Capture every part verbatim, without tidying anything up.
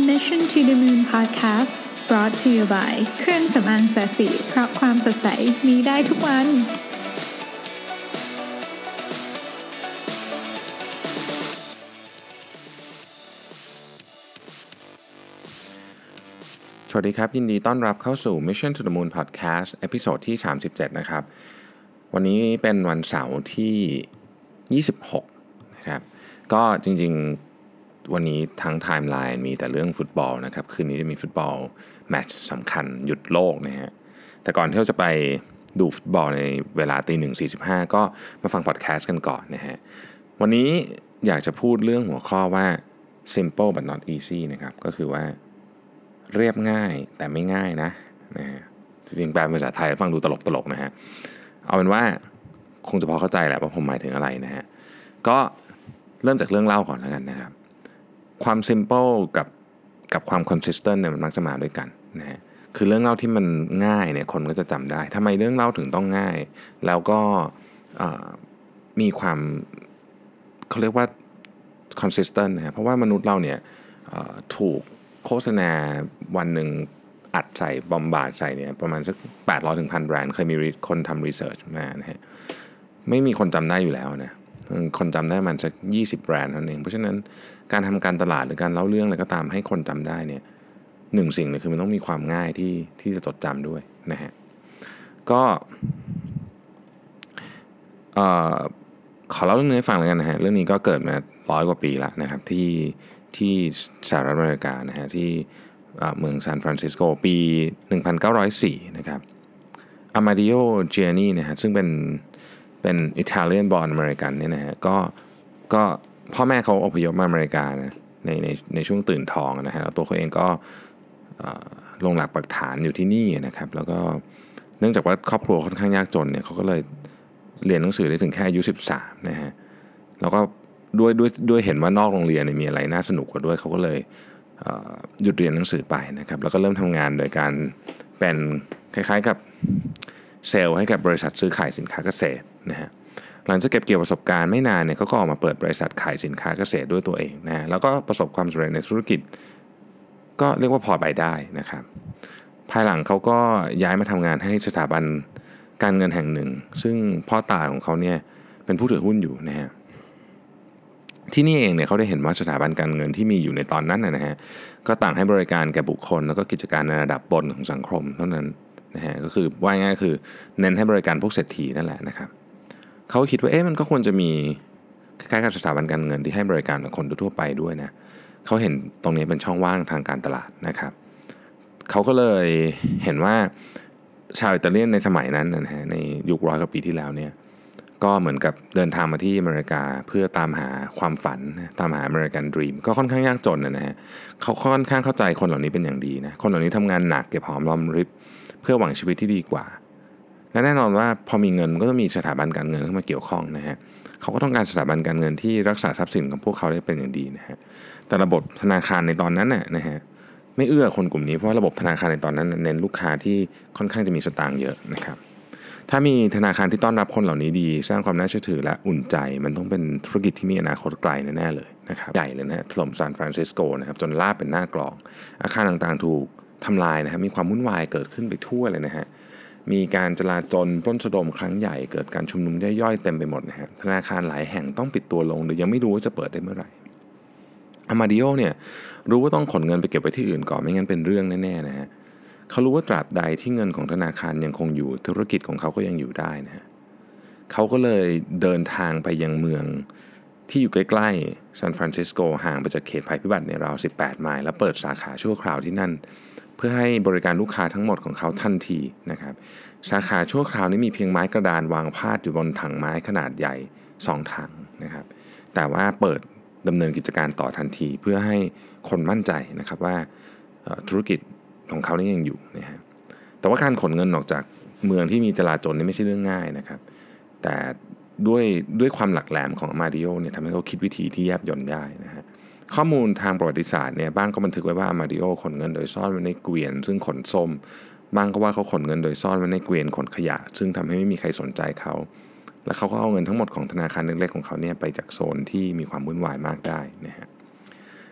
Mission to the Moon Podcast brought to you by เครื่องสำอางแสสีเพราะความสดใสมีได้ทุกวันสวัสดีครับยินดีต้อนรับเข้าสู่ Mission to the Moon Podcast เอพิโซดที่สามสิบเจ็ดนะครับวันนี้เป็นวันเสาร์ที่ยี่สิบหกนะครับก็จริงๆวันนี้ทั้งไทม์ไลน์มีแต่เรื่องฟุตบอลนะครับคืนนี้จะมีฟุตบอลแมตช์สำคัญหยุดโลกนะฮะแต่ก่อนที่เราจะไปดูฟุตบอลในเวลาตีหนึ่งสี่สิบห้าก็มาฟังพอดแคสต์กันก่อนนะฮะวันนี้อยากจะพูดเรื่องหัวข้อว่า simple but not easy นะครับก็คือว่าเรียบง่ายแต่ไม่ง่ายนะนะฮะจริงๆแปลเป็นภาษาไทยฟังดูตลกๆนะฮะเอาเป็นว่าคงจะพอเข้าใจแหละว่าผมหมายถึงอะไรนะฮะก็เริ่มจากเรื่องเล่าก่อนแล้วกันนะครับความ simple กับกับความ consistent เนี่ยมันมักจะมาด้วยกันนะฮะคือเรื่องเล่าที่มันง่ายเนี่ยคนก็จะจำได้ทำไมเรื่องเล่าถึงต้องง่ายแล้วก็มีความเขาเรียกว่า consistent นะฮะเพราะว่ามนุษย์เราเนี่ยถูกโฆษณาวันหนึ่งอัดใส่บอมบาร์ดใส่เนี่ยประมาณสักแปดร้อยถึง หนึ่งพัน แบรนด์เคยมีคนทำรีเสิร์ชมานะฮะไม่มีคนจำได้อยู่แล้วนะคนจำได้มันสักยี่สิบแบรนด์เท่านั้นเองเพราะฉะนั้นการทำการตลาดหรือการเล่าเรื่องอะไรก็ตามให้คนจำได้เนี่ยหนึ่งสิ่งเลยคือมันต้องมีความง่ายที่ที่จะจดจำด้วยนะฮะก็เอ่อขอเล่าเรื่องนี้ให้ฟังเลยกันนะฮะเรื่องนี้ก็เกิดมาร้อยกว่าปีแล้วนะครับที่ที่สหรัฐอเมริกานะฮะที่เมืองซานฟรานซิสโกปีหนึ่งพันเก้าร้อยสี่นะครับอามาดิโอ เจียนีนะฮะซึ่งเป็นเป็นอิตาเลียนบอร์นอเมริกันเนี่ยนะฮะก็ก็พ่อแม่เขาอพยพมาอเมริกานะในในในช่วงตื่นทองนะฮะแล้วตัวเขาเองก็ลงหลักปักฐานอยู่ที่นี่นะครับแล้วก็เนื่องจากว่าครอบครัวค่อนข้างยากจนเนี่ยเขาก็เลยเรียนหนังสือได้ถึงแค่อายุสิบสามนะฮะแล้วก็ด้วยด้วยด้วยเห็นว่านอกโรงเรียนมีอะไรน่าสนุกกว่าด้วยเขาก็เลยหยุดเรียนหนังสือไปนะครับแล้วก็เริ่มทำงานโดยการเป็นคล้ายๆกับเซลล์ให้กับบริษัทซื้อขายสินค้าเกษตรนะฮะหลังจากเก็บเกี่ยวประสบการณ์ไม่นานเนี่ยเขาก็ออกมาเปิดบริษัทขายสินค้าเกษตรด้วยตัวเองนะแล้วก็ประสบความสำเร็จในธุรกิจก็เรียกว่าพอไปได้นะครับภายหลังเขาก็ย้ายมาทำงานให้สถาบันการเงินแห่งหนึ่งซึ่งพ่อตาของเขาเนี่ยเป็นผู้ถือหุ้นอยู่นะฮะที่นี่เองเนี่ยเขาได้เห็นว่าสถาบันการเงินที่มีอยู่ในตอนนั้นนะฮะก็ต่างให้บริการแก่บุคคลแล้วก็กิจการในระดับบนของสังคมเท่านั้นนะฮะก็คือว่าง่ายคือเน้นให้บริการพวกเศรษฐีนั่นแหละนะครับเขาคิดว่าเอ๊ะมันก็ควรจะมีคล้ายๆกับสถาบันการเงินที่ให้บริการกับคนทั่วไปด้วยนะเขาเห็นตรงนี้เป็นช่องว่างทางการตลาดนะครับเขาก็เลยเห็นว่าชาวอิตาเลียนในสมัยนั้นนะฮะในยุคร้อยกว่าปีที่แล้วเนี่ยก็เหมือนกับเดินทางมาที่อเมริกาเพื่อตามหาความฝันตามหาอเมริกันดรีมก็ค่อนข้างยากจนนะฮะเขาค่อนข้างเข้าใจคนเหล่านี้เป็นอย่างดีนะคนเหล่านี้ทำงานหนักเก็บหอมรอมริบเพื่อหวังชีวิตที่ดีกว่าและแน่นอนว่าพอมีเงินก็ต้องมีสถาบันการเงินเข้ามาเกี่ยวข้องนะฮะเขาก็ต้องการสถาบันการเงินที่รักษาทรัพย์สินของพวกเขาได้เป็นอย่างดีนะฮะแต่ระบบธนาคารในตอนนั้นน่ะนะฮะไม่เอื้อคนกลุ่มนี้เพราะว่าระบบธนาคารในตอนนั้นเน้นลูกค้าที่ค่อนข้างจะมีสตางค์เยอะนะครับถ้ามีธนาคารที่ต้อนรับคนเหล่านี้ดีสร้างความน่าเชื่อถือและอุ่นใจมันต้องเป็นธุรกิจที่มีอนาคตไกลแน่ๆเลยนะครับใหญ่เลยนะฮะถล่มซานฟรานซิสโกนะครับจนลาบเป็นหน้ากลองอาคารต่างๆถูกทำลายนะครับมีความวุ่นวายเกิดขึ้นไปทั่วเลยนะฮะมีการจลาจลปล้นสะดมครั้งใหญ่เกิดการชุมนุมย่อยๆเต็มไปหมดนะฮะธนาคารหลายแห่งต้องปิดตัวลงโดยยังไม่รู้ว่าจะเปิดได้เมื่อไหร่อามาดิโอเนี่ยรู้ว่าต้องขนเงินไปเก็บไว้ที่อื่นก่อนไม่งั้นเป็นเรื่องแน่ๆนะฮะเขารู้ว่าตราบใดที่เงินของธนาคารยังคงอยู่ธุรกิจของเขาก็ยังอยู่ได้นะฮะเขาก็เลยเดินทางไปยังเมืองที่อยู่ใกล้ๆซานฟรานซิสโกห่างไปจากเขตภัยพิบัติในราวสิบแปดไมล์แล้วเปิดสาขาชั่วคราวที่นั่นเพื่อให้บริการลูกค้าทั้งหมดของเขาทันทีนะครับสาขาชั่วคราวนี้มีเพียงไม้กระดานวางพาดอยู่บนถังไม้ขนาดใหญ่สองถังนะครับแต่ว่าเปิดดำเนินกิจการต่อทันทีเพื่อให้คนมั่นใจนะครับว่าธุรกิจของเขานี่ยังอยู่นะฮะแต่ว่าการขนเงินออกจากเมืองที่มีจลาจลนี่ไม่ใช่เรื่องง่ายนะครับแต่ด้วยด้วยความหลักแหลมของอามาดิโอเนี่ยทำให้เขาคิดวิธีที่แยบยลได้นะฮะข้อมูลทางประวัติศาสตร์เนี่ยบ้างก็บันทึกไว้ว่าอามาดิโอขนเงินโดยซ่อนไว้ในเกวียนซึ่งขนส้มบ้างก็ว่าเขาขนเงินโดยซ่อนไว้ในเกวียนขนขยะซึ่งทำให้ไม่มีใครสนใจเขาและเขาก็เอาเงินทั้งหมดของธนาคารเล็กๆของเขาเนี่ยไปจากโซนที่มีความวุ่นวายมากได้นะฮะ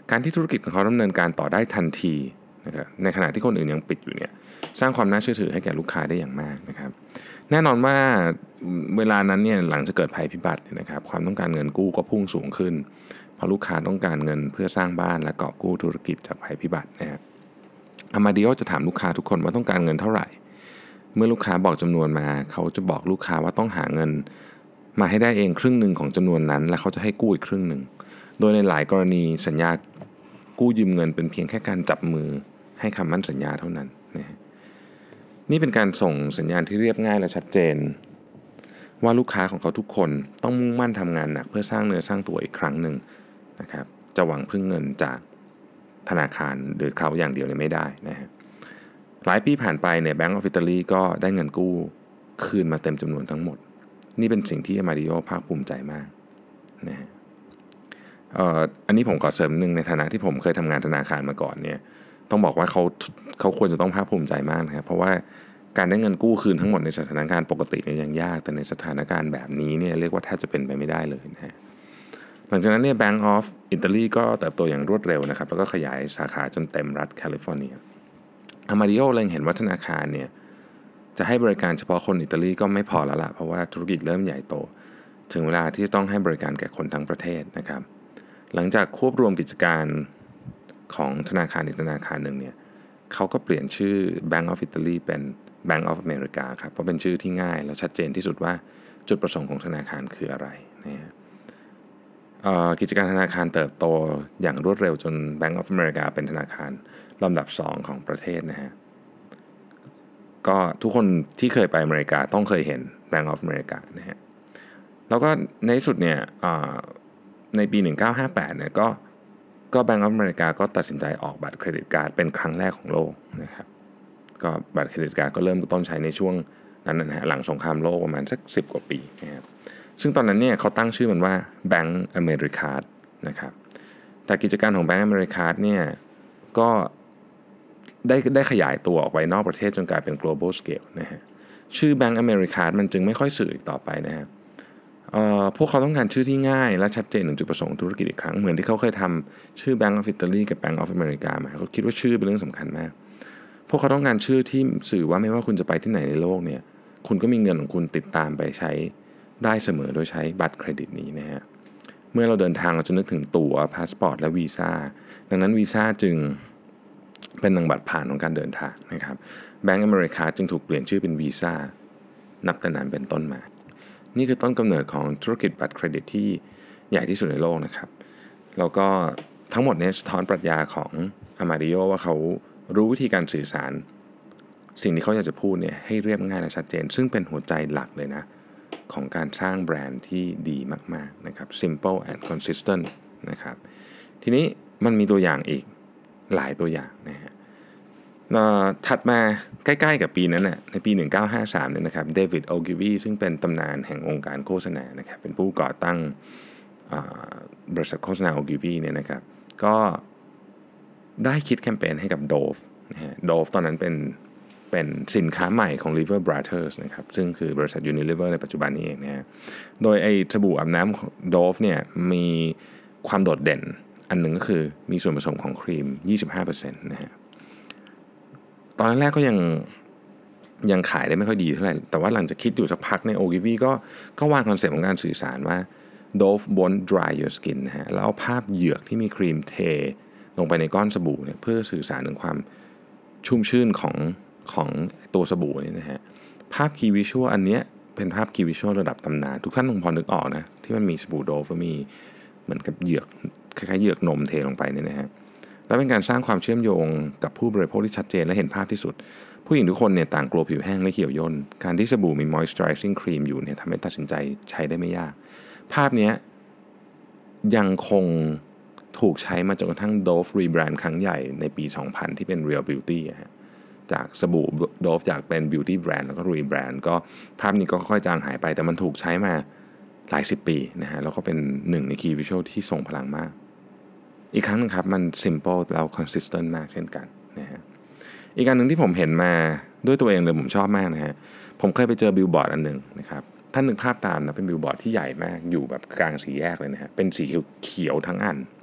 การที่ธุรกิจของเขาดำเนินการต่อได้ทันทีนะครับในขณะที่คนอื่นยังปิดอยู่เนี่ยสร้างความน่าเชื่อถือให้แก่ลูกค้าได้อย่างมากนะครับแน่นอนว่าเวลานั้นเนี่ยหลังจะเกิดภัยพิบัตินะครับความต้องการเงินกู้ก็พุ่งสูงขึ้นเพราะลูกค้าต้องการเงินเพื่อสร้างบ้านและกอบกู้ธุรกิจจากภัยพิบัตินะครับอามาดิโอจะถามลูกค้าทุกคนว่าต้องการเงินเท่าไหร่เมื่อลูกค้าบอกจำนวนมาเขาจะบอกลูกค้าว่าต้องหาเงินมาให้ได้เองครึ่งหนึ่งของจำนวนนั้นและเขาจะให้กู้อีกครึ่งหนึ่งโดยในหลายกรณีสัญญากู้ยืมเงินเป็นเพียงแค่การจับมือให้คำมั่นสัญญาเท่านั้นนะนี่เป็นการส่งสัญญาณที่เรียบง่ายและชัดเจนว่าลูกค้าของเขาทุกคนต้องมุ่งมั่นทำงานหนักเพื่อสร้างเนื้อสร้างตัวอีกครั้งหนึ่งนะครับจะหวังพึ่งเงินจากธนาคารหรือเขาอย่างเดียวเนี่ยไม่ได้นะฮะหลายปีผ่านไปเนี่ย Bank of Italy ก็ได้เงินกู้คืนมาเต็มจำนวนทั้งหมดนี่เป็นสิ่งที่อามาดิโอภาคภูมิใจมากนะฮะเอ่ออันนี้ผมขอเสริมนึงในฐานะที่ผมเคยทำงานธนาคารมาก่อนเนี่ยต้องบอกว่าเขาเขาควรจะต้องภาคภูมิใจมากนะครับเพราะว่าการได้เงินกู้คืนทั้งหมดในสถานการณ์ปกติเนี่ยยังยากแต่ในสถานการณ์แบบนี้เนี่ยเรียกว่าแทบจะเป็นไปไม่ได้เลยนะฮะหลังจากนั้นเนี่ย Bank of Italy ก็เติบโตอย่างรวดเร็วนะครับแล้วก็ขยายสาขาจนเต็มรัฐแคลิฟอร์เนียอามาดิโอเล็งเห็นว่าธนาคารเนี่ยจะให้บริการเฉพาะคนอิตาลีก็ไม่พอแล้วล่ะเพราะว่าธุรกิจเริ่มใหญ่โตถึงเวลาที่ต้องให้บริการแก่คนทั้งประเทศนะครับหลังจากควบรวมกิจการของธนาคารอีกธนาคารหนึ่งเนี่ยเขาก็เปลี่ยนชื่อ Bank of Italy เป็น Bank of America ครับเพราะเป็นชื่อที่ง่ายและชัดเจนที่สุดว่าจุดประสงค์ของธนาคารคืออะไรนะฮะกิจการธนาคารเติบโตอย่างรวดเร็วจน Bank of America เป็นธนาคารลำดับสองของประเทศนะฮะก็ทุกคนที่เคยไปอเมริกาต้องเคยเห็น Bank of America นะฮะแล้วก็ในที่สุดเนี่ยในปีหนึ่งพันเก้าร้อยห้าสิบแปดเนี่ยก็ก็ Bank of America ก็ตัดสินใจออกบัตรเครดิตการ์ดเป็นครั้งแรกของโลกนะครับก็บัตรเครดิตการ์ดก็เริ่มต้นใช้ในช่วงนั้นนะฮะหลังสงครามโลกประมาณสักสิบกว่าปีนะครับซึ่งตอนนั้นเนี่ยเขาตั้งชื่อมันว่า Bank Americard นะครับแต่กิจการของ Bank Americard เนี่ยก็ได้ได้ขยายตัวออกไปนอกประเทศจนกลายเป็น global scale นะฮะชื่อ Bank Americard มันจึงไม่ค่อยสื่ออีกต่อไปนะฮะพวกเขาต้องการชื่อที่ง่ายและชัดเจนถึงจุดประสงค์ธุรกิจอีกครั้งเหมือนที่เขาเคยทำชื่อ Bank of Italy กับ Bank of America มาเขาคิดว่าชื่อเป็นเรื่องสำคัญมากพวกเขาต้องการชื่อที่สื่อว่าไม่ว่าคุณจะไปที่ไหนในโลกเนี่ยคุณก็มีเงินของคุณติดตามไปใช้ได้เสมอโดยใช้บัตรเครดิตนี้นะฮะเมื่อเราเดินทางเราจะนึกถึงตั๋วพาสปอร์ตและวีซ่าดังนั้นวีซ่าจึงเป็นนามบัตรผ่านของการเดินทางนะครับ Bank America จึงถูกเปลี่ยนชื่อเป็นวีซ่านับแต่นั้นเป็นต้นมานี่คือต้นกำเนิดของธุรกิจบัตรเครดิตที่ใหญ่ที่สุดในโลกนะครับแล้วก็ทั้งหมดนี้สะท้อนปรัชญาของอามาดิโอว่าเขารู้วิธีการสื่อสารสิ่งที่เขาอยากจะพูดเนี่ยให้เรียบง่ายและชัดเจนซึ่งเป็นหัวใจหลักเลยนะของการสร้างแบรนด์ที่ดีมากๆนะครับ simple and consistent นะครับทีนี้มันมีตัวอย่างอีกหลายตัวอย่างนะฮะถัดมาใกล้ๆกับปีนั้นน่ะในปีหนึ่งพันเก้าร้อยห้าสิบสามเนี่ยนะครับเดวิดโอกิวีซึ่งเป็นตำนานแห่งองค์การโฆษณานะครับเป็นผู้ก่อตั้งบริษัทโฆษณาโอกิวีเนี่ยนะครับก็ได้คิดแคมเปญให้กับ Dove นะฮะ Dove ตอนนั้นเป็นเป็นสินค้าใหม่ของ Liver Brothers นะครับซึ่งคือบริษัท Unilever ในปัจจุบันนี้เองนะฮะโดยไอ้สบู่อาบน้ำ Dove เนี่ยมีความโดดเด่นอันหนึ่งก็คือมีส่วนผสมของครีม ยี่สิบห้าเปอร์เซ็นต์ นะฮะตอนแรกก็ยังยังขายได้ไม่ค่อยดีเท่าไหร่แต่ว่าหลังจากคิดอยู่สักพักใน Ogilvy ก็ก็วางคอนเซ็ปต์ของการสื่อสารว่า Dove won't dry your skin นะฮะแล้วเอาภาพเหยือกที่มีครีมเทลงไปในก้อนสบู่เนี่ยเพื่อสื่อสารถึงความชุ่มชื่นของของตัวสบู่นี่นะฮะภาพคีย์วิชวลอันเนี้ยเป็นภาพคีย์วิชวลระดับตำนานทุกท่านคงพอนึกออกนะที่มันมีสบู่ Dove แล้วมีเหมือนกับเหยือกคล้ายๆเหยือกนมเทลงไปเนี่ยนะฮะและเป็นการสร้างความเชื่อมโยงกับผู้บริโภคที่ชัดเจนและเห็นภาพที่สุดผู้หญิงทุกคนเนี่ยต่างกลัวผิวแห้งและเหี่ยวย่นการที่สบู่มี moisturizing cream อยู่เนี่ยทำให้ตัดสินใจใช้ได้ไม่ยากภาพนี้ยังคงถูกใช้มาจนกระทั่ง Dove rebrand ครั้งใหญ่ในปี สองพัน ที่เป็น Real Beauty ฮะจากสบู่ Dove จากเป็น beauty brand แล้วก็ rebrand ก็ภาพนี้ก็ค่อยๆจางหายไปแต่มันถูกใช้มาหลายสิบปีนะฮะแล้วก็เป็นหนึ่งใน key visual ที่ทรงพลังมากอีกครั้งนึงครับมัน simple แล้ว consistent มากเช่นกันนะฮะอีกอันหนึ่งที่ผมเห็นมาด้วยตัวเองเลยผมชอบมากนะฮะผมเคยไปเจอบิลบอร์ดอันหนึ่งนะครับท่านนึกภาพตามนะเป็นบิลบอร์ดที่ใหญ่มากอยู่แบบกลางสี่แยกเลยนะฮะเป็นสีเขียวทั้งอัน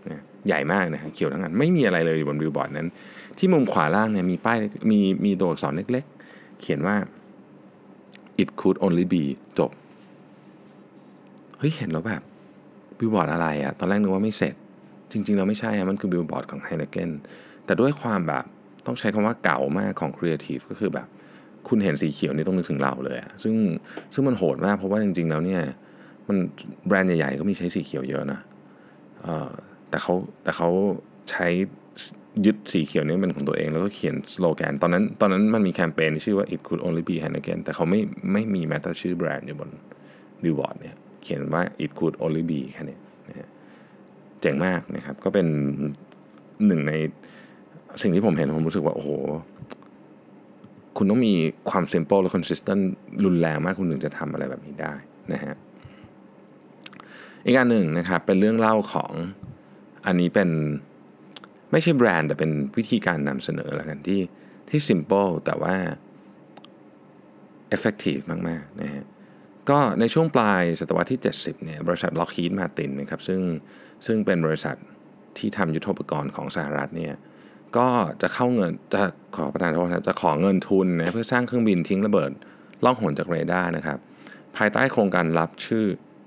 นะใหญ่มากนะฮะเขียวทั้งอันไม่มีอะไรเลยอยู่บนบิลบอร์ดนั้นที่มุมขวาล่างเนี่ยมีป้ายมีมีตัวอักษรเล็กๆเขียนว่า it could only be จบเฮ้ยเห็นแล้วแบบบิลบอร์ดอะไรอะตอนแรกนึกว่าไม่เสร็จจริงๆเราไม่ใช่อะมันคือบิลบอร์ดของ Heineken แต่ด้วยความแบบต้องใช้คำว่าเก่ามากของ Creative ก็คือแบบคุณเห็นสีเขียวนี่ต้องนึกถึงเราเลยอะซึ่งซึ่งมันโหดมากเพราะว่าจริงๆแล้วเนี่ยมันแบรนด์ใหญ่ๆก็มีใช้สีเขียวเยอะนะเอ่อแต่เขาแต่เขาใช้ยึดสีเขียวนี้เป็นของตัวเองแล้วก็เขียนสโลแกนตอนนั้นตอนนั้นมันมีแคมเปญที่ชื่อว่า it could only be Heineken แต่เขาไม่ไม่มีแม้แต่ชื่อแบรนด์อยู่บนบิลบอร์ดเนี่ยเขียนว่า it could only be แค่นี้นะฮะเจ๋งมากนะครับก็เป็นหนึ่งในสิ่งที่ผมเห็นผมรู้สึกว่าโอ้โหคุณต้องมีความ simple และ consistent รุนแรงมากคุณถึงจะทำอะไรแบบนี้ได้นะฮะอีกอันหนึ่งนะครับเป็นเรื่องเล่าของอันนี้เป็นไม่ใช่แบรนด์แต่เป็นวิธีการนำเสนอแล้วกันที่ที่ simple แต่ว่า effective มากๆนะฮะก็ในช่วงปลายศตวรรษที่เจ็ดสิบเนี่ยบริษัท Lockheed Martin นะครับซึ่งซึ่งเป็นบริษัทที่ทำยุทโธปกรณ์ของสหรัฐเนี่ยก็จะเข้าเงินจะขอประทานโทษนะจะขอเงินทุนนะเพื่อสร้างเครื่องบินทิ้งระเบิดล่องหนจากเรดาร์นะครับภายใต้โครงการลับชื่อ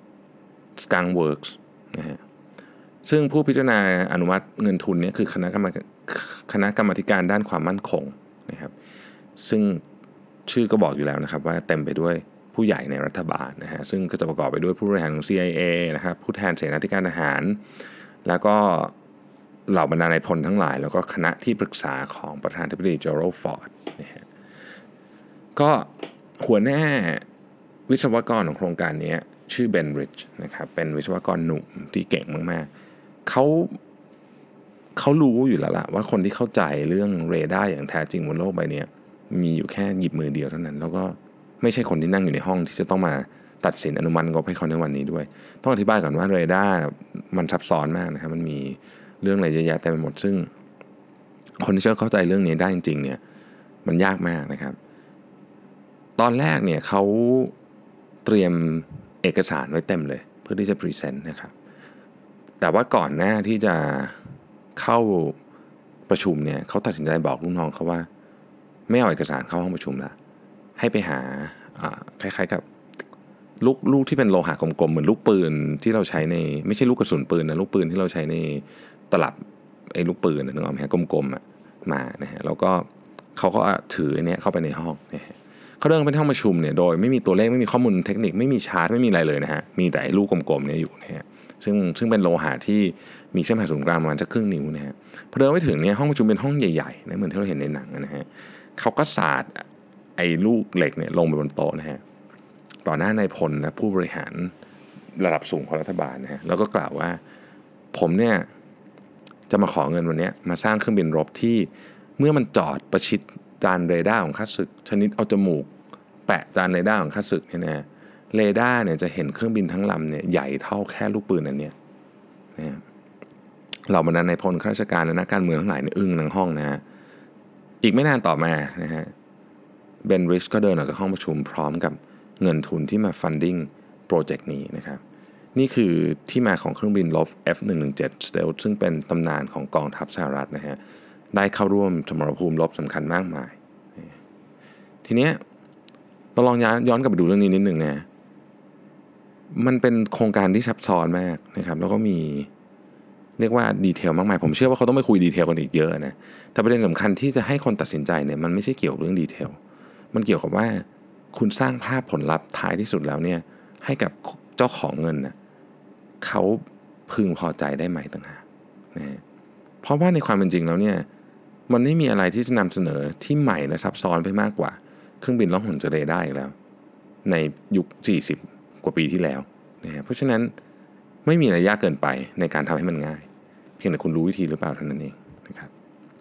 Skunk Works นะฮะซึ่งผู้พิจารณาอนุมัติเงินทุนนี้คือคณะกรรมคณะกรรมการด้านความมั่นคงนะครับซึ่งชื่อก็บอกอยู่แล้วนะครับว่าเต็มไปด้วยผู้ใหญ่ในรัฐบาลนะฮะซึ่งก็จะประกอบไปด้วยผู้บริหารของ ซี ไอ เอ นะครับผู้แทนเสนาธิการทหารแล้วก็เหล่าบรรดานายพลทั้งหลายแล้วก็คณะที่ปรึกษาของประธานาธิบดีเจอรัลด์ฟอร์ดนะฮะก็หัวหน้าวิศวกรของโครงการนี้ชื่อเบนริชนะครับเป็นวิศวกรหนุ่มที่เก่งมากๆเขาเขารู้อยู่แล้วล่ะว่าคนที่เข้าใจเรื่องเรดาร์อย่างแท้จริงบนโลกใบนี้มีอยู่แค่หยิบมือเดียวเท่านั้นแล้วก็ไม่ใช่คนที่นั่งอยู่ในห้องที่จะต้องมาตัดสินอนุมัติงบให้เขาในวันนี้ด้วยต้องอธิบายก่อนว่าเรดาร์มันซับซ้อนมากนะครับมันมีเรื่องอะไรเยอะแยะเต็มไปหมดซึ่งคนที่จะเข้าใจเรื่องนี้ได้จริงๆเนี่ยมันยากมากนะครับตอนแรกเนี่ยเขาเตรียมเอกสารไว้เต็มเลยเพื่อที่จะพรีเซนต์นะครับแต่ว่าก่อนหน้าที่จะเข้าประชุมเนี่ยเขาตัดสินใจบอกลูกน้องเขาว่าไม่เอาเอกสารเข้าห้องประชุมละให้ไปหาคล้ายๆกับลูกลูกที่เป็นโลหะกลมๆเหมือนลูกปืนที่เราใช้ในไม่ใช่ลูกกระสุนปืนนะลูกปืนที่เราใช้ในตลับไอ้ลูกปืนนึกออกไหมฮะกลมๆอ่ะมานะฮะแล้วก็เขาก็ถืออันนี้เข้าไปในห้องนะฮะเขาเดินไปที่ห้องประชุมเนี่ยโดยไม่มีตัวเลขไม่มีข้อมูลเทคนิคไม่มีชาร์ตไม่มีอะไรเลยนะฮะมีแต่ลูกกลมๆเนี่ยอยู่นะฮะซึ่งซึ่งเป็นโลหะที่มีเส้นผ่าศูนย์กลางประมาณจะครึ่งนิ้วนะฮะพอเดินไปถึงเนี่ยห้องประชุมเป็นห้องใหญ่ๆนะเหมือนที่เราเห็นในหนังนะฮะเขาก็สาดไอ้ลูกเหล็กเนี่ยลงไปบนโต๊ะนะฮะต่อหน้านายพลและผู้บริหารระดับสูงของรัฐบาลนะฮะแล้วก็กล่าวว่าผมเนี่ยจะมาขอเงินวันนี้มาสร้างเครื่องบินรบที่เมื่อมันจอดประชิดจานเรดาร์ของข้าศึกชนิดเอาจมูกแปะจานเรดาร์ของข้าศึกเนี่ยนะเรดาร์เนี่ยจะเห็นเครื่องบินทั้งลำเนี่ยใหญ่เท่าแค่ลูกปืนอันเนี้ยนะเหล่าบรรดานายพลข้าราชการและนักการเมืองทั้งหลายเนี่ยอึ้งทั้งห้องนะฮะอีกไม่นานต่อมานะฮะเบนริชก็เดินออกจากห้องประชุมพร้อมกับเงินทุนที่มาฟันดิ้งโปรเจกต์นี้นะครับนี่คือที่มาของเครื่องบินรบ เอฟ หนึ่งหนึ่งเจ็ด Stealth ซึ่งเป็นตำนานของกองทัพสหรัฐนะฮะได้เข้าร่วมสมรภูมิรบสำคัญมากมายทีเนี้ยเราลองย้อนกลับไปดูเรื่องนี้นิดนึงนะมันเป็นโครงการที่ซับซ้อนมากนะครับแล้วก็มีเรียกว่าดีเทลมากมายผมเชื่อว่าเขาต้องไปคุยดีเทลกันอีกเยอะนะแต่ประเด็นสำคัญที่จะให้คนตัดสินใจเนี่ยมันไม่ใช่เกี่ยวกับเรื่องดีเทลมันเกี่ยวกับว่าคุณสร้างภาพผลลัพธ์ท้ายที่สุดแล้วเนี่ยให้กับเจ้าของเงินนะเขาพึงพอใจได้ไหมต่างหากนะเพราะว่าในความเป็นจริงแล้วเนี่ยมันไม่มีอะไรที่จะนำเสนอที่ใหม่และซับซ้อนไปมากกว่าเครื่องบินล่องหนจากเรดาร์อีกแล้วในยุคสี่สิบกว่าปีที่แล้วนะเพราะฉะนั้นไม่มีอะไรยากเกินไปในการทำให้มันง่ายเพียงแต่คุณรู้วิธีหรือเปล่าเท่านั้นเองนะครับ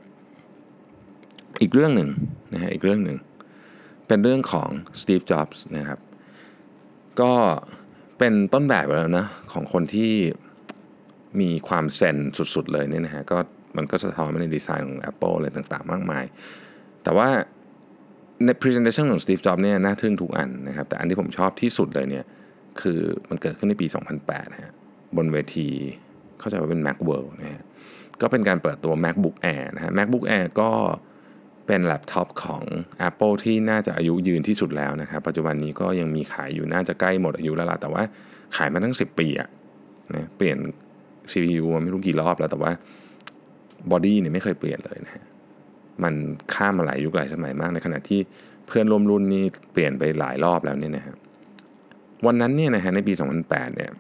อีกเรื่องหนึ่งนะฮะอีกเรื่องหนึ่งเป็นเรื่องของสตีฟ จ็อบส์นะครับก็เป็นต้นแบบแล้วนะของคนที่มีความเซนสุดๆเลยเนี่ยนะฮะก็มันก็สะท้อนมาในดีไซน์ของ Apple อะไรต่างๆมากมายแต่ว่าใน presentation ของ Steve Jobs เนี่ยน่าทึ่งทุกอันนะครับแต่อันที่ผมชอบที่สุดเลยเนี่ยคือมันเกิดขึ้นในปี สองพันแปด ฮะบนเวทีเข้าใจว่าเป็น Macworld นะฮะก็เป็นการเปิดตัว MacBook Air นะฮะ MacBook Air ก็เป็นแล็ปท็อปของ Apple ที่น่าจะอายุยืนที่สุดแล้วนะครับปัจจุบันนี้ก็ยังมีขายอยู่น่าจะใกล้หมดอายุแล้วล่ะแต่ว่าขายมาตั้งสิบปีอะนะเปลี่ยน ซี พี ยู มาไม่รู้กี่รอบแล้วแต่ว่าบอดี้เนี่ยไม่เคยเปลี่ยนเลยนะฮะมันข้ามมาหลายยุคหลายสมัยมากในขณะที่เพื่อนร่วมรุ่นนี่เปลี่ยนไปหลายรอบแล้วเนี่ยนะฮะวันนั้นเนี่ยนะฮะในปีสองพันแปดเนี่ย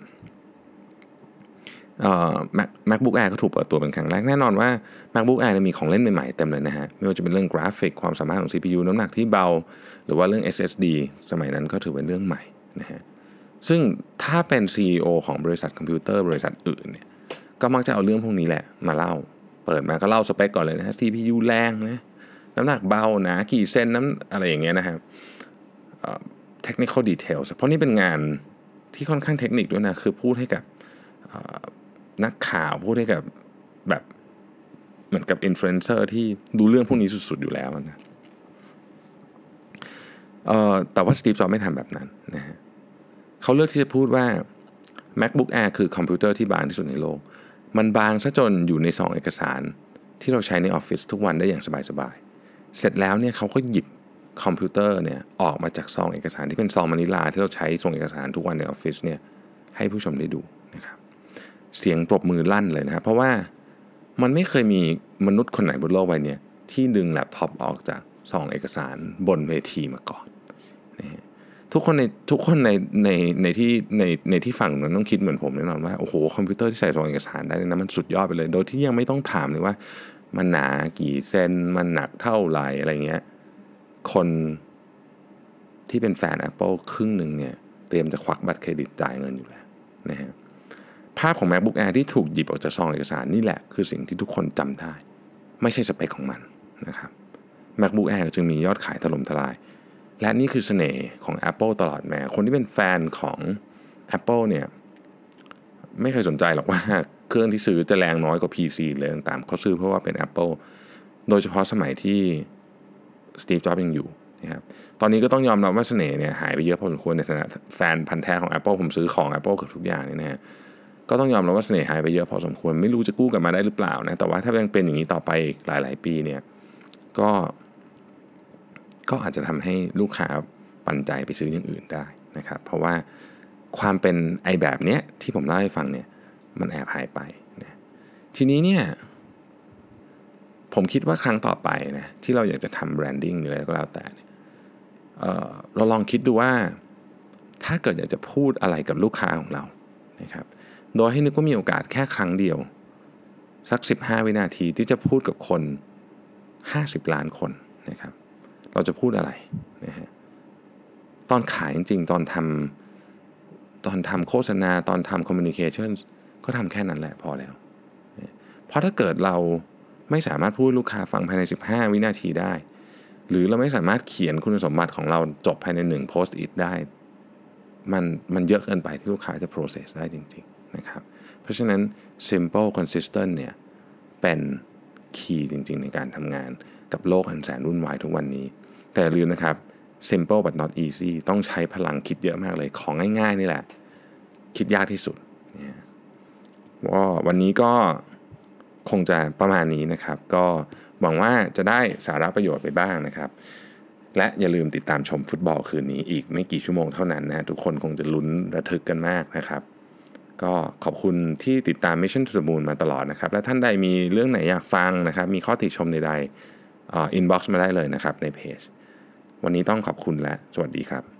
เอ่อ Mac MacBook Air ก็ถูกเปิดตัวเป็นครั้งแรกแน่นอนว่า MacBook Air เนี่ยมีของเล่นใหม่ๆเต็มเลยนะฮะไม่ว่าจะเป็นเรื่องกราฟิกความสามารถของ ซี พี ยู น้ำหนักที่เบาหรือว่าเรื่อง เอส เอส ดี สมัยนั้นก็ถือเป็นเรื่องใหม่นะฮะซึ่งถ้าเป็น ซี อี โอ ของบริษัทคอมพิวเตอร์บริษัทอื่นเนี่ยก็มักจะเอาเรื่องพวกนี้แหละมาเล่าเปิดมาก็เล่าสเปคก่อนเลยนะฮะ ซี พี ยู แรงนะน้ำหนักเบาหนากี่เซนน้ำอะไรอย่างเงี้ยนะครับเอ่อ technical details เพราะนี่เป็นงานที่ค่อนข้างเทคนิคด้วยนะคือพูดให้กับนักข่าวพูดให้กับแบบเหมือนกับอินฟลูเอนเซอร์ที่ดูเรื่องพวกนี้สุดๆอยู่แล้วนะเอ่อแต่ว่าสตีฟ จ็อบส์ไม่ทำแบบนั้นนะฮะเขาเลือกที่จะพูดว่า MacBook Air คือคอมพิวเตอร์ที่บางที่สุดในโลกมันบางซะจนอยู่ในซองเอกสารที่เราใช้ในออฟฟิศทุกวันได้อย่างสบายๆเสร็จแล้วเนี่ยเขาก็หยิบคอมพิวเตอร์เนี่ยออกมาจากซองเอกสารที่เป็นซองมะนิลาที่เราใช้ส่งเอกสารทุกวันในออฟฟิศเนี่ยให้ผู้ชมได้ดูนะครับเสียงปรบมือลั่นเลยนะครับเพราะว่ามันไม่เคยมีมนุษย์คนไหนบนโลกใบนี้ที่ดึงแล็ปท็อปออกจากซองเอกสารบนเวทีมาก่อนนะฮะทุกคนในทุกคนในในในที่ในในที่ฝั่งนั้นต้องคิดเหมือนผมแน่นอนว่าโอ้โหคอมพิวเตอร์ที่ใส่ซองเอกสารได้นะมันสุดยอดไปเลยโดยที่ยังไม่ต้องถามเลยว่ามันหนากี่เซนมันหนักเท่าไหร่อะไรเงี้ยคนที่เป็นแฟน Apple ครึ่งหนึ่งเนี่ยเตรียมจะควักบัตรเครดิตจ่ายเงินอยู่แล้วนะฮะภาพของ MacBook Air ที่ถูกหยิบออกจากซองเอกสารนี่แหละคือสิ่งที่ทุกคนจำได้ไม่ใช่สเปคของมันนะครับ MacBook Air จึงมียอดขายถล่มทลายและนี่คือเสน่ห์ของ Apple ตลอดมาคนที่เป็นแฟนของ Apple เนี่ยไม่เคยสนใจหรอกว่าเครื่องที่ซื้อจะแรงน้อยกว่า พี ซี เลยต่างๆเขาซื้อเพราะว่าเป็น Apple โดยเฉพาะสมัยที่สตีฟ จ็อบส์ยังอยู่นะครับตอนนี้ก็ต้องยอมรับว่าเสน่ห์เนี่ยหายไปเยอะพอสมควรในฐานะแฟนพันธุ์แท้ของ Apple ผมซื้อของ Apple เกือบทุกอย่างเนี่ยนะฮะก็ต้องยอมรับว่าเสน่ห์หายไปเยอะพอสมควรไม่รู้จะกู้กลับมาได้หรือเปล่านะแต่ว่าถ้ายังเป็นอย่างนี้ต่อไปหลายๆปีเนี่ยก็ก็อาจจะทำให้ลูกค้าปันใจไปซื้ออย่างอื่นได้นะครับเพราะว่าความเป็นไอแบบเนี้ยที่ผมเล่าให้ฟังเนี่ยมันแอบหายไปนะทีนี้เนี่ยผมคิดว่าครั้งต่อไปนะที่เราอยากจะทำแบรนดิ้งหรืออะไรก็แล้วแต่เอ่อเราลองคิดดูว่าถ้าเกิดอยากจะพูดอะไรกับลูกค้าของเรานะครับโดยให้นึกว่ามีโอกาสแค่ครั้งเดียวสักสิบห้าวินาทีที่จะพูดกับคนห้าสิบล้านคนนะครับเราจะพูดอะไรนะฮะตอนขายจริงๆตอนทำตอนทำโฆษณาตอนทำคอมมิวนิเคชันก็ทำแค่นั้นแหละพอแล้วเพราะถ้าเกิดเราไม่สามารถพูดลูกค้าฟังภายในสิบห้าวินาทีได้หรือเราไม่สามารถเขียนคุณสมบัติของเราจบภายในหนึ่งโพสต์อิทได้มันมันเยอะเกินไปที่ลูกค้าจะ process ได้จริงๆนะครับเพราะฉะนั้น simple consistent เนี่ยเป็นคีย์จริงๆในการทำงานกับโลกอันแสนวุ่นวายทุกวันนี้แต่อย่าลืมนะครับ simple but not easy ต้องใช้พลังคิดเยอะมากเลยของง่ายๆนี่แหละคิดยากที่สุดว่าวันนี้ก็คงจะประมาณนี้นะครับก็หวังว่าจะได้สาระประโยชน์ไปบ้างนะครับและอย่าลืมติดตามชมฟุตบอลคืนนี้อีกไม่กี่ชั่วโมงเท่านั้นนะทุกคนคงจะลุ้นระทึกกันมากนะครับก็ขอบคุณที่ติดตาม Mission to the Moon มาตลอดนะครับและท่านใดมีเรื่องไหนอยากฟังนะครับมีข้อติชมใดๆ อินบ็อกซ์มาได้เลยนะครับในเพจวันนี้ต้องขอบคุณและสวัสดีครับ